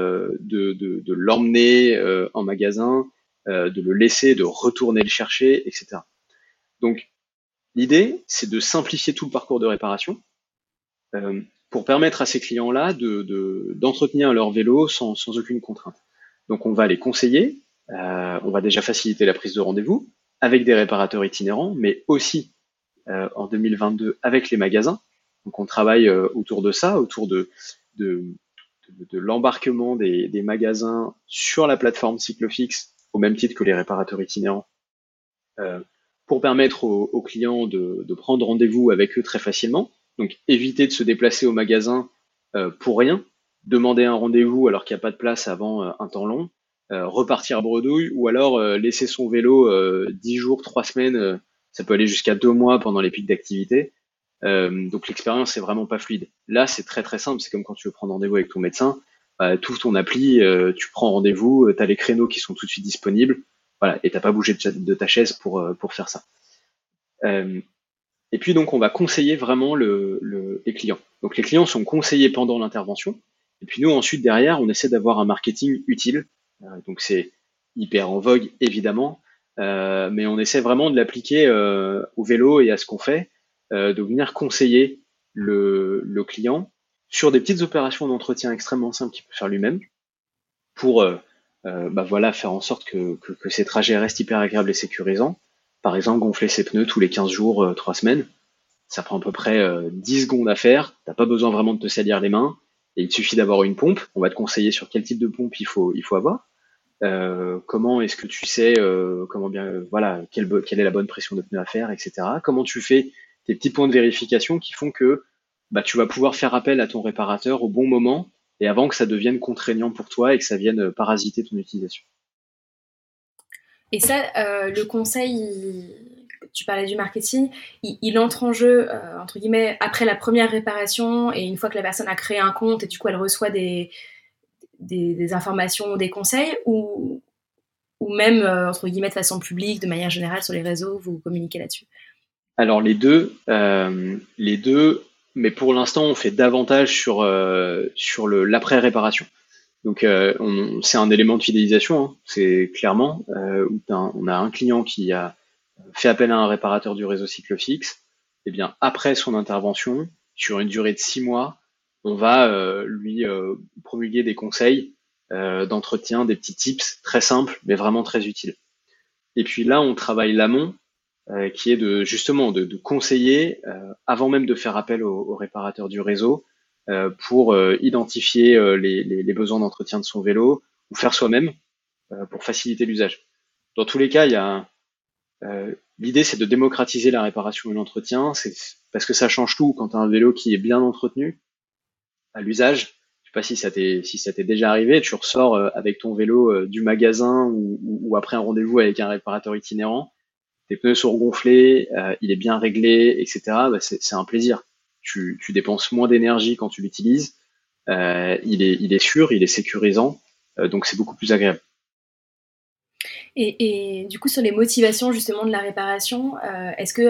de l'emmener en magasin, de le laisser, de retourner le chercher, etc. Donc l'idée, c'est de simplifier tout le parcours de réparation euh, pour permettre à ces clients-là d'entretenir leur vélo sans aucune contrainte. Donc on va les conseiller, on va déjà faciliter la prise de rendez-vous avec des réparateurs itinérants, mais aussi en 2022 avec les magasins. Donc on travaille autour de ça, autour de, de l'embarquement des magasins sur la plateforme Cyclofix, au même titre que les réparateurs itinérants, euh, pour permettre aux clients de prendre rendez-vous avec eux très facilement. Donc éviter de se déplacer au magasin pour rien, demander un rendez-vous alors qu'il n'y a pas de place avant un temps long, repartir à bredouille, ou alors laisser son vélo 10 jours, 3 semaines, ça peut aller jusqu'à 2 mois pendant les pics d'activité. Donc l'expérience est vraiment pas fluide. Là, c'est très très simple, c'est comme quand tu veux prendre rendez-vous avec ton médecin, tu ouvres ton appli, tu prends rendez-vous, tu as les créneaux qui sont tout de suite disponibles, voilà, et t'as pas bougé de ta chaise pour faire ça. Euh, et puis donc on va conseiller vraiment les clients. Donc les clients sont conseillés pendant l'intervention, et puis nous ensuite derrière on essaie d'avoir un marketing utile. Donc c'est hyper en vogue évidemment, mais on essaie vraiment de l'appliquer au vélo et à ce qu'on fait, de venir conseiller le client sur des petites opérations d'entretien extrêmement simples qu'il peut faire lui-même pour bah voilà, faire en sorte que ces trajets restent hyper agréables et sécurisants. Par exemple, gonfler ses pneus tous les 15 jours, 3 semaines. Ça prend à peu près 10 secondes à faire. T'as pas besoin vraiment de te salir les mains. Et il te suffit d'avoir une pompe. On va te conseiller sur quel type de pompe il faut avoir. Comment est-ce que tu sais comment bien voilà quelle est la bonne pression de pneu à faire, etc. Comment tu fais tes petits points de vérification qui font que bah, tu vas pouvoir faire appel à ton réparateur au bon moment et avant que ça devienne contraignant pour toi et que ça vienne parasiter ton utilisation. Et ça, le conseil, tu parlais du marketing, il entre en jeu, entre guillemets, après la première réparation et une fois que la personne a créé un compte et du coup elle reçoit des informations, des conseils, ou même, entre guillemets, de façon publique, de manière générale, sur les réseaux, vous communiquez là-dessus? Alors les deux, mais pour l'instant, on fait davantage sur l'après-réparation. Donc, c'est un élément de fidélisation, hein, c'est clairement, où on a un client qui a fait appel à un réparateur du réseau Cyclofix. Eh bien, après son intervention, sur une durée de 6 mois, on va lui promulguer des conseils d'entretien, des petits tips très simples, mais vraiment très utiles. Et puis là, on travaille l'amont, qui est justement de conseiller avant même de faire appel au réparateur du réseau pour identifier les besoins d'entretien de son vélo ou faire soi-même pour faciliter l'usage. Dans tous les cas, l'idée, c'est de démocratiser la réparation et l'entretien, c'est parce que ça change tout quand tu as un vélo qui est bien entretenu à l'usage. Je sais pas si ça t'est déjà arrivé, tu ressors avec ton vélo du magasin ou après un rendez-vous avec un réparateur itinérant, tes pneus sont gonflés, il est bien réglé, etc. Bah, c'est un plaisir. Tu dépenses moins d'énergie quand tu l'utilises. Il est sûr, il est sécurisant, donc c'est beaucoup plus agréable. Et du coup, sur les motivations justement de la réparation, est-ce que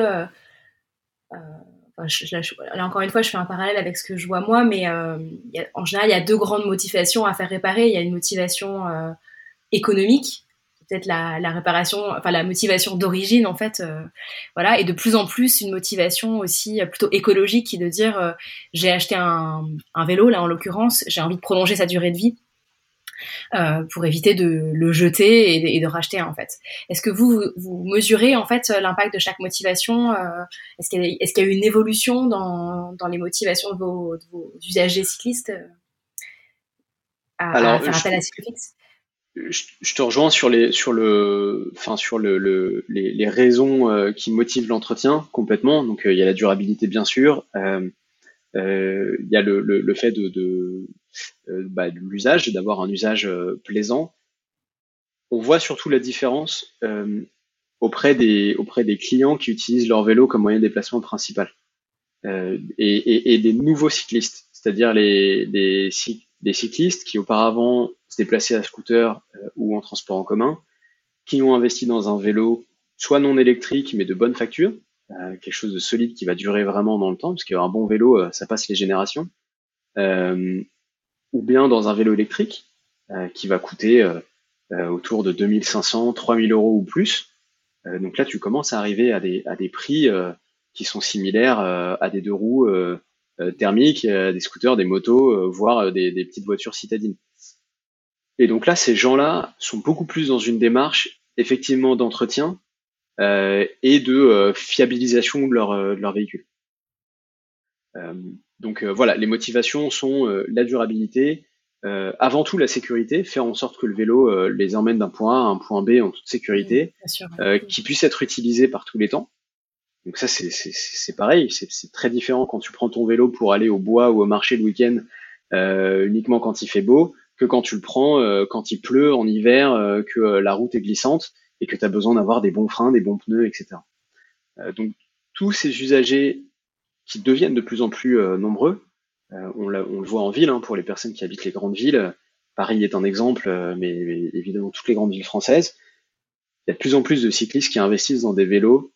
là encore une fois, je fais un parallèle avec ce que je vois moi, mais en général, il y a deux grandes motivations à faire réparer. Il y a une motivation économique, peut-être la réparation, enfin la motivation d'origine en fait, voilà, et de plus en plus une motivation aussi plutôt écologique qui est de dire j'ai acheté un vélo là en l'occurrence, j'ai envie de prolonger sa durée de vie. Pour éviter de le jeter et de racheter en fait. Est-ce que vous mesurez en fait l'impact de chaque motivation est-ce qu'il y a eu une évolution dans les motivations de vos usagers cyclistes à Alors, faire appel à Cyclofix? je te rejoins sur les raisons qui motivent l'entretien complètement. Donc, il y a la durabilité, bien sûr. Il y a le fait de l'usage, d'avoir un usage plaisant. On voit surtout la différence auprès des clients qui utilisent leur vélo comme moyen de déplacement principal et des nouveaux cyclistes, c'est-à-dire les cyclistes qui auparavant se déplaçaient à scooter ou en transport en commun, qui ont investi dans un vélo soit non électrique mais de bonne facture, quelque chose de solide qui va durer vraiment dans le temps, parce qu'un bon vélo, ça passe les générations, euh, ou bien dans un vélo électrique qui va coûter autour de 2500, 3000 euros ou plus. Donc là, tu commences à arriver à des prix qui sont similaires à des deux roues thermiques, des scooters, des motos, voire des petites voitures citadines. Et donc là, ces gens-là sont beaucoup plus dans une démarche effectivement d'entretien et de fiabilisation de leur véhicule. Euh, donc voilà, les motivations sont la durabilité, avant tout la sécurité, faire en sorte que le vélo les emmène d'un point A à un point B en toute sécurité, Bien sûr. qui puisse être utilisé par tous les temps. Donc ça, c'est pareil, c'est très différent quand tu prends ton vélo pour aller au bois ou au marché le week-end uniquement quand il fait beau, que quand tu le prends quand il pleut en hiver, que la route est glissante et que tu as besoin d'avoir des bons freins, des bons pneus, etc. Donc tous ces usagers qui deviennent de plus en plus nombreux, on le voit en ville, hein, pour les personnes qui habitent les grandes villes. Paris est un exemple, mais évidemment toutes les grandes villes françaises. Il y a de plus en plus de cyclistes qui investissent dans des vélos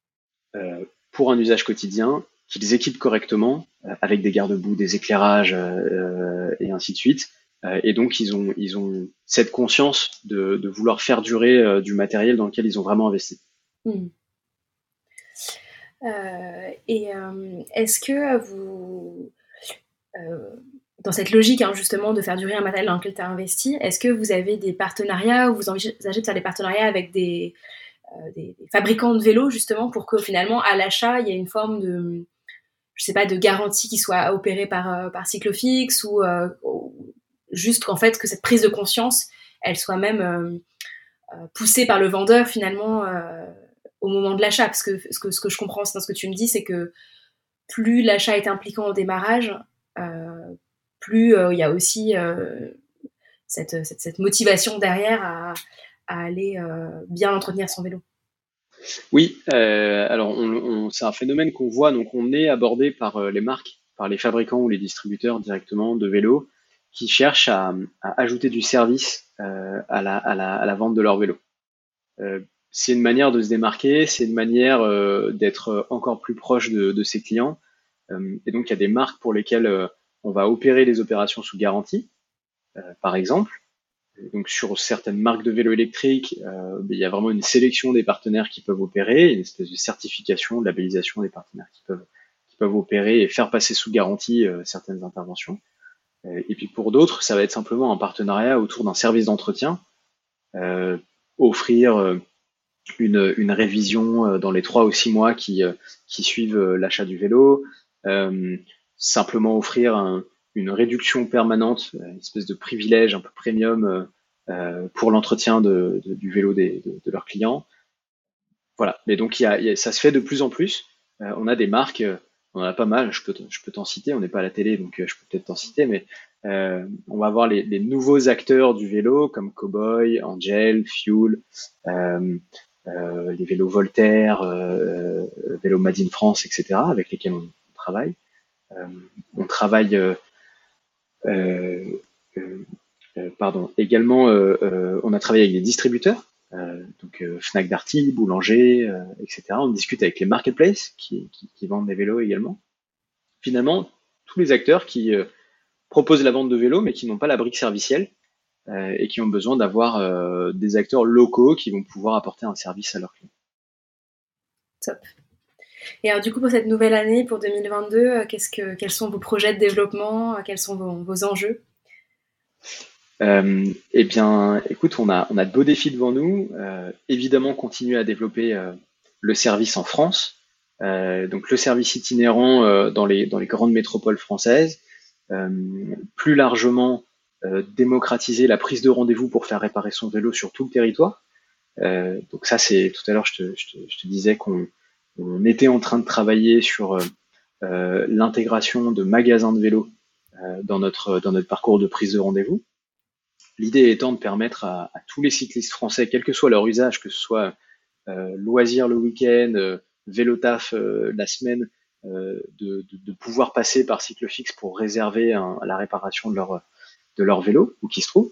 pour un usage quotidien, qu'ils équipent correctement, avec des garde-boue, des éclairages et ainsi de suite. Et donc ils ont cette conscience de vouloir faire durer du matériel dans lequel ils ont vraiment investi. Mmh. Et est-ce que dans cette logique hein, justement de faire durer un matériel dans lequel tu as investi, est-ce que vous avez des partenariats ou vous envisagez de faire des partenariats avec des fabricants de vélos justement pour que finalement à l'achat il y ait une forme de je sais pas de garantie qui soit opérée par Cyclofix ou juste qu'en fait que cette prise de conscience elle soit même poussée par le vendeur finalement au moment de l'achat parce que ce que je comprends dans ce que tu me dis c'est que plus l'achat est impliquant au démarrage plus il y a aussi cette motivation derrière à aller bien entretenir son vélo. Oui, alors c'est un phénomène qu'on voit, donc on est abordé par les marques, par les fabricants ou les distributeurs directement de vélos qui cherchent à ajouter du service à la vente de leur vélo. C'est une manière de se démarquer, c'est une manière d'être encore plus proche de ses clients. Et donc, il y a des marques pour lesquelles on va opérer les opérations sous garantie, par exemple. Et donc, sur certaines marques de vélos électriques, il y a vraiment une sélection des partenaires qui peuvent opérer, une espèce de certification, de labellisation des partenaires qui peuvent opérer et faire passer sous garantie certaines interventions. Et puis pour d'autres, ça va être simplement un partenariat autour d'un service d'entretien, offrir une révision dans les 3 ou 6 mois qui suivent l'achat du vélo, simplement offrir une réduction permanente, une espèce de privilège un peu premium pour l'entretien du vélo de leurs clients. Voilà. Mais donc ça se fait de plus en plus. On a des marques, on en a pas mal. Je peux t'en citer. On n'est pas à la télé, donc je peux peut-être t'en citer. Mais on va avoir les nouveaux acteurs du vélo comme Cowboy, Angel, Fuel, les vélos Voltaire, vélos Made in France, etc. avec lesquels on travaille. On travaille également, on a travaillé avec des distributeurs, donc Fnac Darty, Boulanger, etc. On discute avec les marketplaces qui vendent des vélos également. Finalement, tous les acteurs qui proposent la vente de vélos mais qui n'ont pas la brique servicielle et qui ont besoin d'avoir des acteurs locaux qui vont pouvoir apporter un service à leurs clients. Top. Et alors du coup, pour cette nouvelle année, pour 2022, quels sont vos projets de développement? Quels sont vos enjeux? Eh bien, écoute, on a de beaux défis devant nous. Évidemment, continuer à développer le service en France. Donc le service itinérant dans les grandes métropoles françaises. Plus largement, démocratiser la prise de rendez-vous pour faire réparer son vélo sur tout le territoire. Donc ça, c'est tout à l'heure, je te disais qu'on était en train de travailler sur l'intégration de magasins de vélo dans notre parcours de prise de rendez-vous. L'idée étant de permettre à tous les cyclistes français, quel que soit leur usage, que ce soit loisir le week-end, vélo taf la semaine, de pouvoir passer par Cyclofix pour réserver la réparation de leur vélo, où qu'il se trouve.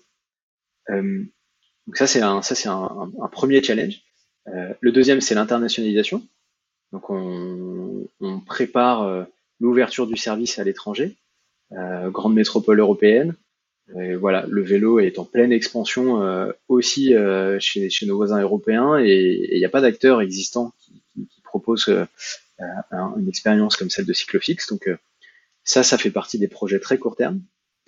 Donc ça c'est un premier challenge. Le deuxième, c'est l'internationalisation. Donc on prépare l'ouverture du service à l'étranger, grande métropole européenne. Voilà, le vélo est en pleine expansion aussi chez nos voisins européens et il n'y a pas d'acteurs existants qui proposent une expérience comme celle de Cyclofix. Donc ça fait partie des projets très court terme.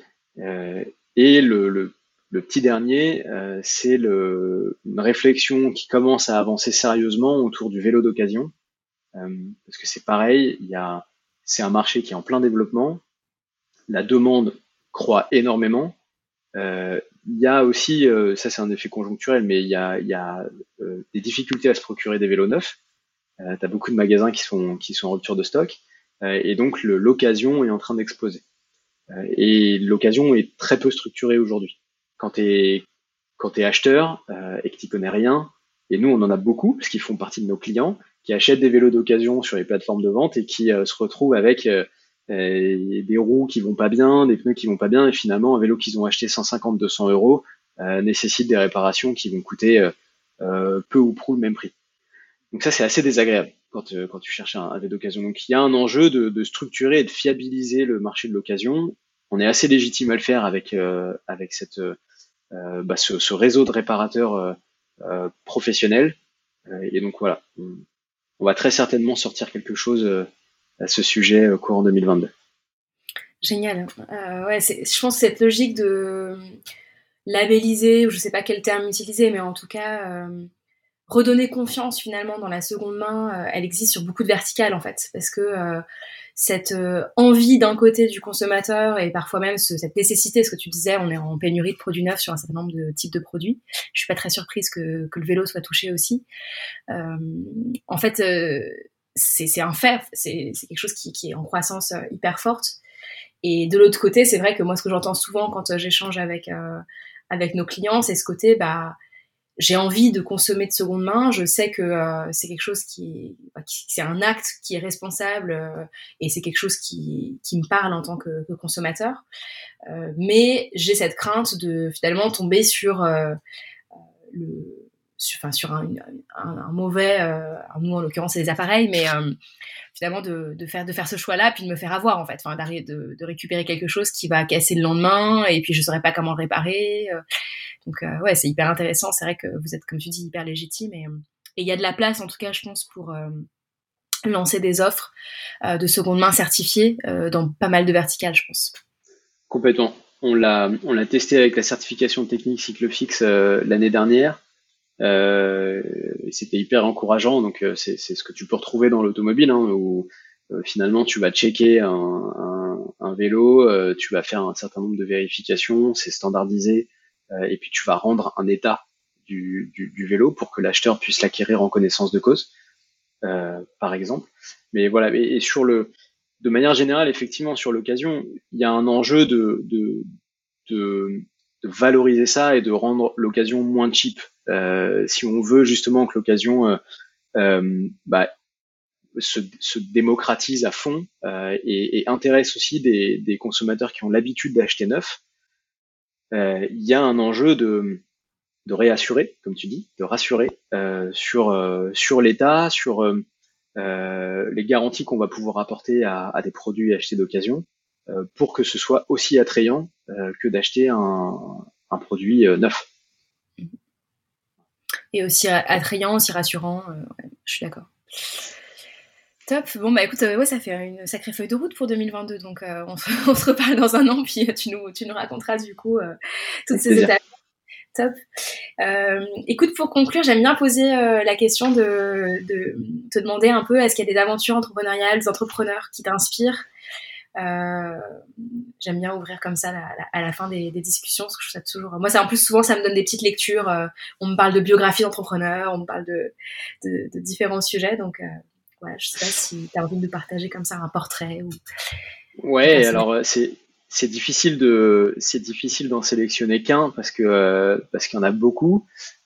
Et le petit dernier, c'est une réflexion qui commence à avancer sérieusement autour du vélo d'occasion. Parce que c'est pareil, c'est un marché qui est en plein développement. La demande croît énormément. Il y a aussi, ça c'est un effet conjoncturel, mais il y a des difficultés à se procurer des vélos neufs. Tu as beaucoup de magasins qui sont en rupture de stock, et donc l'occasion est en train d'exploser. Et l'occasion est très peu structurée aujourd'hui. Quand t'es acheteur et que tu connais rien, et nous on en a beaucoup parce qu'ils font partie de nos clients qui achètent des vélos d'occasion sur les plateformes de vente et qui se retrouvent avec des roues qui vont pas bien, des pneus qui vont pas bien, et finalement un vélo qu'ils ont acheté 150-200 euros nécessite des réparations qui vont coûter peu ou prou le même prix. Donc ça c'est assez désagréable quand tu cherches un vélo d'occasion. Donc il y a un enjeu de structurer et de fiabiliser le marché de l'occasion. On est assez légitime à le faire avec ce réseau de réparateurs professionnels. Et donc voilà, on va très certainement sortir quelque chose à ce sujet courant 2022. Génial. Ouais, je pense que cette logique de labelliser, ou je sais pas quel terme utiliser, mais en tout cas redonner confiance finalement dans la seconde main, elle existe sur beaucoup de verticales en fait, parce que cette envie d'un côté du consommateur et parfois même cette nécessité, ce que tu disais, on est en pénurie de produits neufs sur un certain nombre de types de produits. Je suis pas très surprise que le vélo soit touché aussi. En fait, c'est un fait, c'est quelque chose qui est en croissance hyper forte. Et de l'autre côté, c'est vrai que moi, ce que j'entends souvent quand j'échange avec nos clients, c'est ce côté, j'ai envie de consommer de seconde main. Je sais que c'est quelque chose c'est un acte qui est responsable et c'est quelque chose qui me parle en tant que consommateur. Mais j'ai cette crainte de finalement tomber sur sur un mauvais, nous en l'occurrence c'est des appareils, mais finalement de faire ce choix-là, puis de me faire avoir en fait, enfin de récupérer quelque chose qui va casser le lendemain, et puis je saurais pas comment le réparer. Donc ouais, c'est hyper intéressant. C'est vrai que vous êtes, comme tu dis, hyper légitime, et il y a de la place, en tout cas, je pense, pour lancer des offres de seconde main certifiées dans pas mal de verticales, je pense. Complètement. On l'a testé avec la certification technique Cyclofix l'année dernière. C'était hyper encourageant. Donc c'est ce que tu peux retrouver dans l'automobile, hein, où finalement tu vas checker un vélo, tu vas faire un certain nombre de vérifications, c'est standardisé, et puis tu vas rendre un état du vélo pour que l'acheteur puisse l'acquérir en connaissance de cause, par exemple. Mais voilà, et de manière générale, effectivement, sur l'occasion, il y a un enjeu de valoriser ça et de rendre l'occasion moins cheap. Si on veut justement que l'occasion se démocratise à fond, et intéresse aussi des consommateurs qui ont l'habitude d'acheter neuf, il y a un enjeu de réassurer, comme tu dis, de rassurer sur l'état, sur les garanties qu'on va pouvoir apporter à des produits achetés d'occasion, pour que ce soit aussi attrayant que d'acheter un produit neuf. Et aussi attrayant, aussi rassurant, ouais, je suis d'accord. Top. Bon, bah écoute, ouais, ça fait une sacrée feuille de route pour 2022, donc on se reparle dans un an, puis tu nous raconteras du coup toutes ces étapes. Top. Écoute, pour conclure, j'aime bien poser la question de te demander un peu, est-ce qu'il y a des aventures entrepreneuriales, des entrepreneurs qui t'inspirent? J'aime bien ouvrir comme ça à la fin des discussions, parce que je trouve ça toujours... Moi, en plus, souvent, ça me donne des petites lectures. On me parle de biographie d'entrepreneurs, on me parle de différents sujets, donc voilà, je sais pas si tu as envie de partager comme ça un portrait ou... Ouais, alors c'est difficile d'en sélectionner qu'un parce qu'il y en a beaucoup.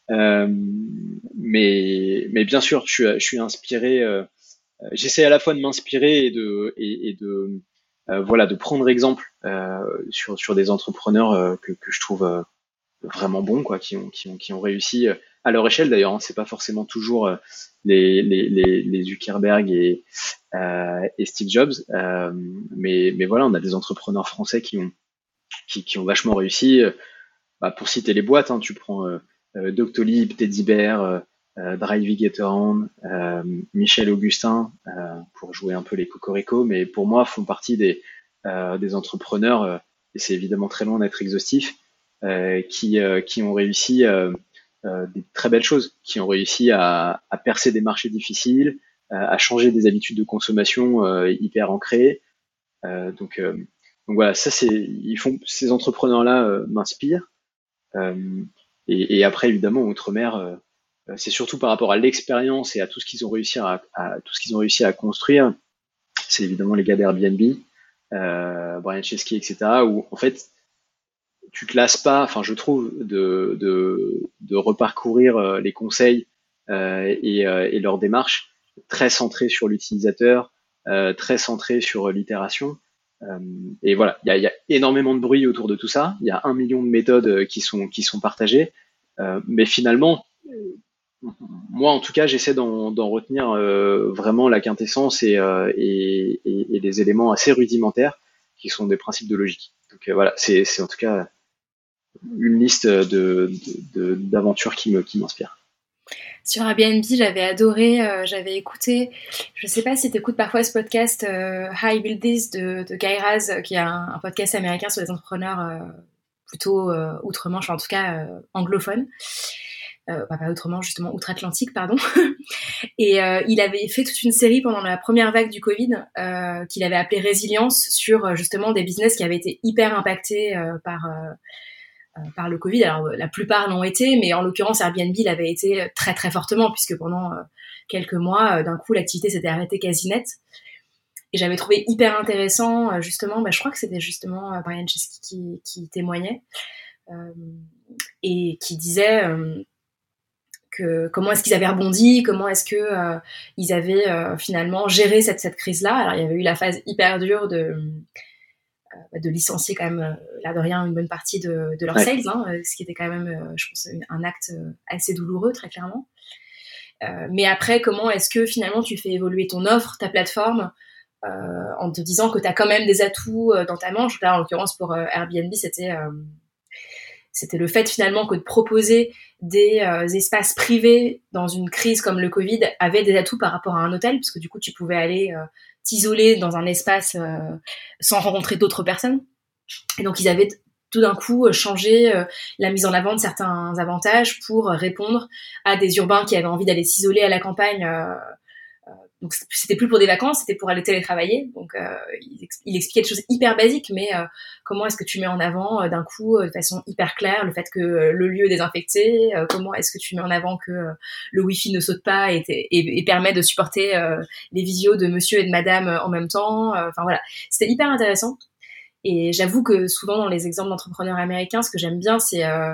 Mais bien sûr, je suis inspiré. J'essaie à la fois de m'inspirer et de prendre exemple sur des entrepreneurs que je trouve vraiment bons, quoi, qui ont réussi à leur échelle d'ailleurs, hein. C'est pas forcément toujours les Zuckerberg et Steve Jobs, mais voilà, on a des entrepreneurs français qui ont vachement réussi. Pour citer les boîtes, hein, tu prends Doctolib, Teddy Bear, Driving Gatorand, Michel Augustin, pour jouer un peu les cocorico, mais pour moi font partie des entrepreneurs, et c'est évidemment très loin d'être exhaustif, qui ont réussi des très belles choses, qui ont réussi à percer des marchés difficiles, à changer des habitudes de consommation hyper ancrées. Donc voilà, ces entrepreneurs-là m'inspirent. Et après, évidemment, Outre-mer, c'est surtout par rapport à l'expérience et à tout ce qu'ils ont réussi à construire. C'est évidemment les gars d'Airbnb, Brian Chesky, etc. Où en fait, tu te lasses pas, enfin je trouve, de reparcourir les conseils et leur démarche, très centrée sur l'utilisateur, très centrée sur l'itération. Et voilà, il y a énormément de bruit autour de tout ça. Il y a 1 million de méthodes qui sont partagées, mais finalement, moi en tout cas, j'essaie d'en retenir vraiment la quintessence et des éléments assez rudimentaires qui sont des principes de logique. Donc voilà, c'est en tout cas une liste d'aventures qui m'inspire. Sur Airbnb, j'avais adoré, j'avais écouté, je sais pas si tu écoutes parfois ce podcast How I Built This de Guy Raz, qui est un podcast américain sur les entrepreneurs plutôt outre-Manche, en tout cas anglophone. Pas outre-Manche, justement, outre-Atlantique, pardon. Et il avait fait toute une série pendant la première vague du Covid qu'il avait appelée Résilience, sur justement des business qui avaient été hyper impactés par le Covid. Alors la plupart l'ont été, mais en l'occurrence Airbnb l'avait été très très fortement, puisque pendant quelques mois, d'un coup l'activité s'était arrêtée quasi net. Et j'avais trouvé hyper intéressant justement, je crois que c'était justement Brian Chesky qui témoignait et qui disait que comment est-ce qu'ils avaient rebondi, comment est-ce que ils avaient finalement géré cette crise-là. Alors il y avait eu la phase hyper dure de licencier quand même, l'air de rien, une bonne partie de leurs Ouais. sales, hein, ce qui était quand même, je pense, un acte assez douloureux, très clairement. Mais après, comment est-ce que finalement tu fais évoluer ton offre, ta plateforme, en te disant que tu as quand même des atouts dans ta manche. Là, en l'occurrence, pour Airbnb, c'était le fait finalement que de proposer des espaces privés dans une crise comme le Covid avait des atouts par rapport à un hôtel, parce que du coup, tu pouvais aller t'isoler dans un espace sans rencontrer d'autres personnes. Et donc, ils avaient tout d'un coup changé la mise en avant de certains avantages pour répondre à des urbains qui avaient envie d'aller s'isoler à la campagne. Donc, c'était plus pour des vacances, c'était pour aller télétravailler. Donc, il expliquait des choses hyper basiques, mais comment est-ce que tu mets en avant d'un coup, de façon hyper claire, le fait que le lieu est désinfecté, comment est-ce que tu mets en avant que le Wi-Fi ne saute pas et permet de supporter les visios de monsieur et de madame en même temps. Enfin voilà, c'était hyper intéressant. Et j'avoue que souvent dans les exemples d'entrepreneurs américains, ce que j'aime bien,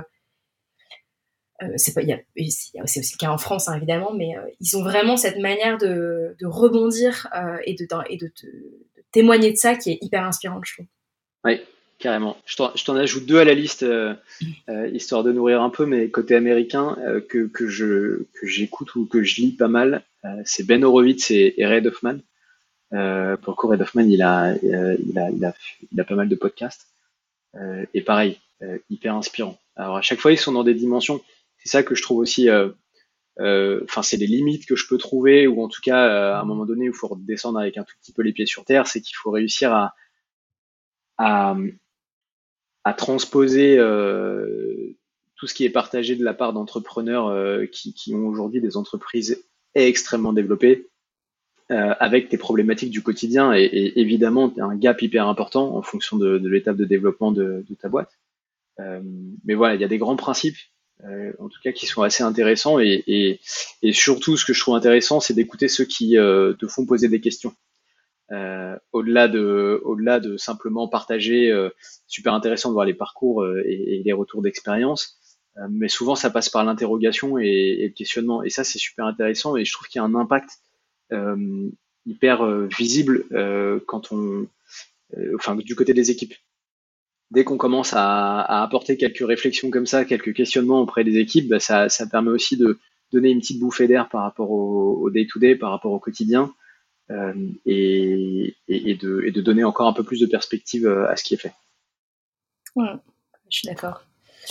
c'est pas, c'est aussi le cas en France, hein, évidemment, mais ils ont vraiment cette manière de rebondir et de témoigner de ça qui est hyper inspirante, je trouve. Oui, carrément. Je t'en ajoute deux à la liste, histoire de nourrir un peu, mais côté américain, que j'écoute ou que je lis pas mal, c'est Ben Horowitz et Reid Hoffman. Pour le coup, Reid Hoffman, il a pas mal de podcasts. Et pareil, hyper inspirant. Alors à chaque fois, ils sont dans des dimensions. C'est ça que je trouve aussi. Enfin, c'est les limites que je peux trouver, ou en tout cas, à un moment donné, où il faut redescendre avec un tout petit peu les pieds sur terre, c'est qu'il faut réussir à, à transposer tout ce qui est partagé de la part d'entrepreneurs qui ont aujourd'hui des entreprises extrêmement développées, avec tes problématiques du quotidien et évidemment un gap hyper important en fonction de l'étape de développement de ta boîte. Mais voilà, il y a des grands principes, en tout cas, qui sont assez intéressants et surtout, ce que je trouve intéressant, c'est d'écouter ceux qui te font poser des questions. Au-delà de simplement partager, super intéressant de voir les parcours et les retours d'expérience, mais souvent ça passe par l'interrogation et le questionnement. Et ça, c'est super intéressant et je trouve qu'il y a un impact hyper visible enfin, du côté des équipes. Dès qu'on commence à apporter quelques réflexions comme ça, quelques questionnements auprès des équipes, bah, ça permet aussi de donner une petite bouffée d'air par rapport au day-to-day, par rapport au quotidien, et de donner encore un peu plus de perspective à ce qui est fait. Ouais, je suis d'accord.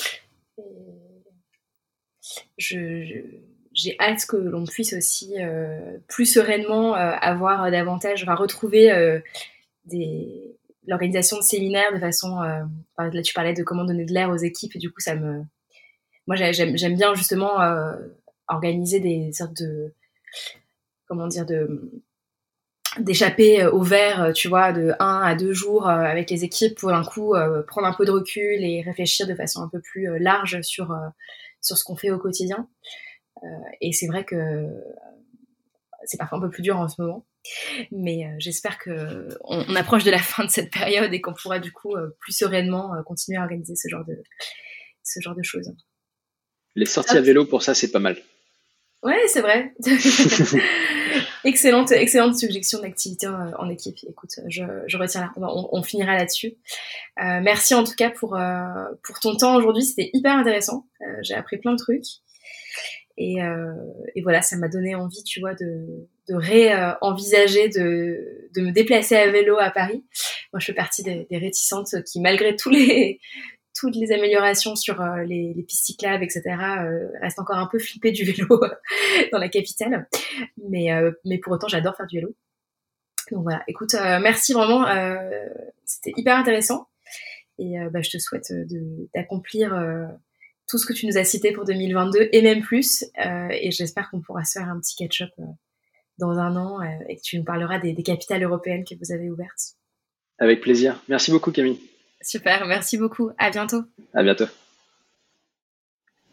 J'ai hâte que l'on puisse aussi plus sereinement avoir davantage, enfin retrouver l'organisation de séminaires de façon. Là, tu parlais de comment donner de l'air aux équipes, et du coup, moi, j'aime bien justement organiser des sortes de, comment dire, d'échapper au vert, tu vois, de 1 à 2 jours avec les équipes pour d'un coup prendre un peu de recul et réfléchir de façon un peu plus large sur ce qu'on fait au quotidien. Et c'est vrai que c'est parfois un peu plus dur en ce moment, mais j'espère qu'on approche de la fin de cette période et qu'on pourra du coup plus sereinement continuer à organiser ce genre de choses. Les sorties à vélo, pour ça, c'est pas mal. Ouais, c'est vrai. Excellente suggestion d'activité en équipe. Écoute, je retiens, on finira là-dessus. Merci en tout cas pour ton temps aujourd'hui, c'était hyper intéressant. J'ai appris plein de trucs. Et voilà, ça m'a donné envie, tu vois, de réenvisager de me déplacer à vélo à Paris. Moi, je fais partie des réticentes qui, malgré toutes les améliorations sur les pistes cyclables, etc., restent encore un peu flippées du vélo dans la capitale. Mais pour autant, j'adore faire du vélo. Donc voilà, écoute, merci vraiment. C'était hyper intéressant. Et je te souhaite d'accomplir tout ce que tu nous as cité pour 2022 et même plus. Et j'espère qu'on pourra se faire un petit catch-up dans un an et que tu nous parleras des capitales européennes que vous avez ouvertes. Avec plaisir. Merci beaucoup, Camille. Super, merci beaucoup. À bientôt. À bientôt.